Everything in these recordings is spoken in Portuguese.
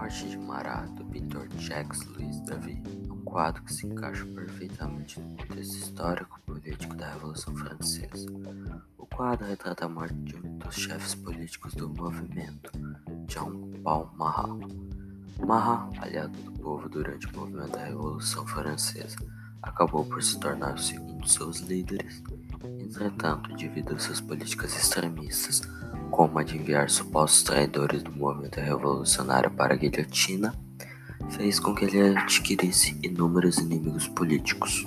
Morte de Marat, do pintor Jacques Louis David, é um quadro que se encaixa perfeitamente no contexto histórico-político da Revolução Francesa. O quadro retrata a morte de um dos chefes políticos do movimento, Jean-Paul Marat. Marat, aliado do povo durante o movimento da Revolução Francesa, acabou por se tornar um dos seus líderes. Entretanto, devido às suas políticas extremistas, como a de enviar supostos traidores do movimento revolucionário para a guilhotina, fez com que ele adquirisse inúmeros inimigos políticos.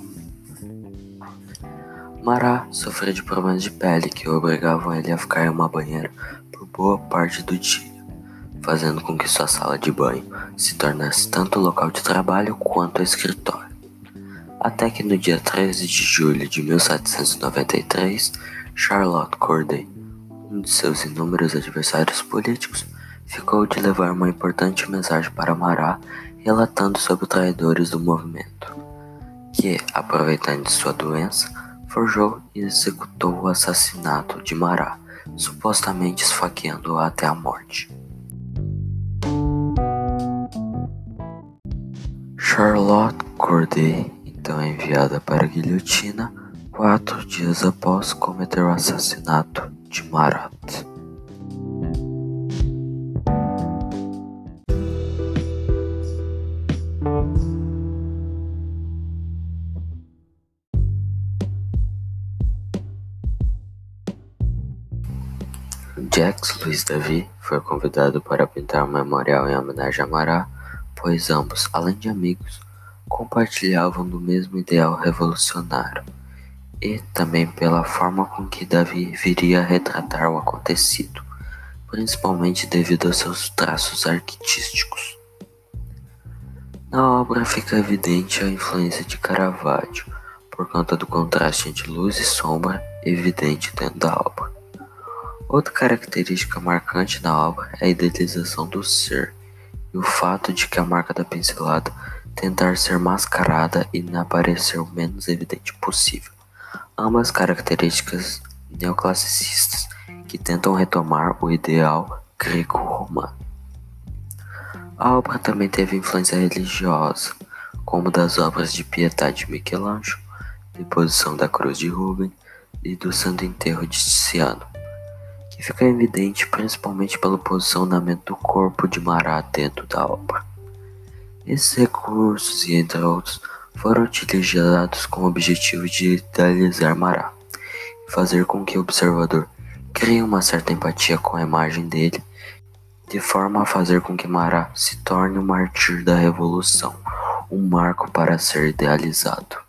Marat sofria de problemas de pele que obrigavam ele a ficar em uma banheira por boa parte do dia, fazendo com que sua sala de banho se tornasse tanto local de trabalho quanto escritório. Até que no dia 13 de julho de 1793, Charlotte Corday, um de seus inúmeros adversários políticos, ficou de levar uma importante mensagem para Marat relatando sobre os traidores do movimento, que, aproveitando de sua doença, forjou e executou o assassinato de Marat, supostamente esfaqueando-o até a morte. Charlotte Corday então é enviada para a guilhotina 4 dias após cometer o assassinato de Marat. Jacques Louis David foi convidado para pintar um memorial em homenagem a Marat, pois ambos, além de amigos, compartilhavam do mesmo ideal revolucionário, e também pela forma com que David viria a retratar o acontecido, principalmente devido aos seus traços artísticos. Na obra fica evidente a influência de Caravaggio, por conta do contraste entre luz e sombra evidente dentro da obra. Outra característica marcante na obra é a idealização do ser e o fato de que a marca da pincelada tentar ser mascarada e aparecer o menos evidente possível. Ambas características neoclassicistas que tentam retomar o ideal greco-romano. A obra também teve influência religiosa, como das obras de Pietà de Michelangelo, Deposição da Cruz de Rubens e do Santo Enterro de Tiziano, que fica evidente principalmente pelo posicionamento do corpo de Marat dentro da obra. Esses recursos, e entre outros, foram utilizados com o objetivo de idealizar Marat e fazer com que o observador crie uma certa empatia com a imagem dele, de forma a fazer com que Marat se torne o mártir da revolução, um marco para ser idealizado.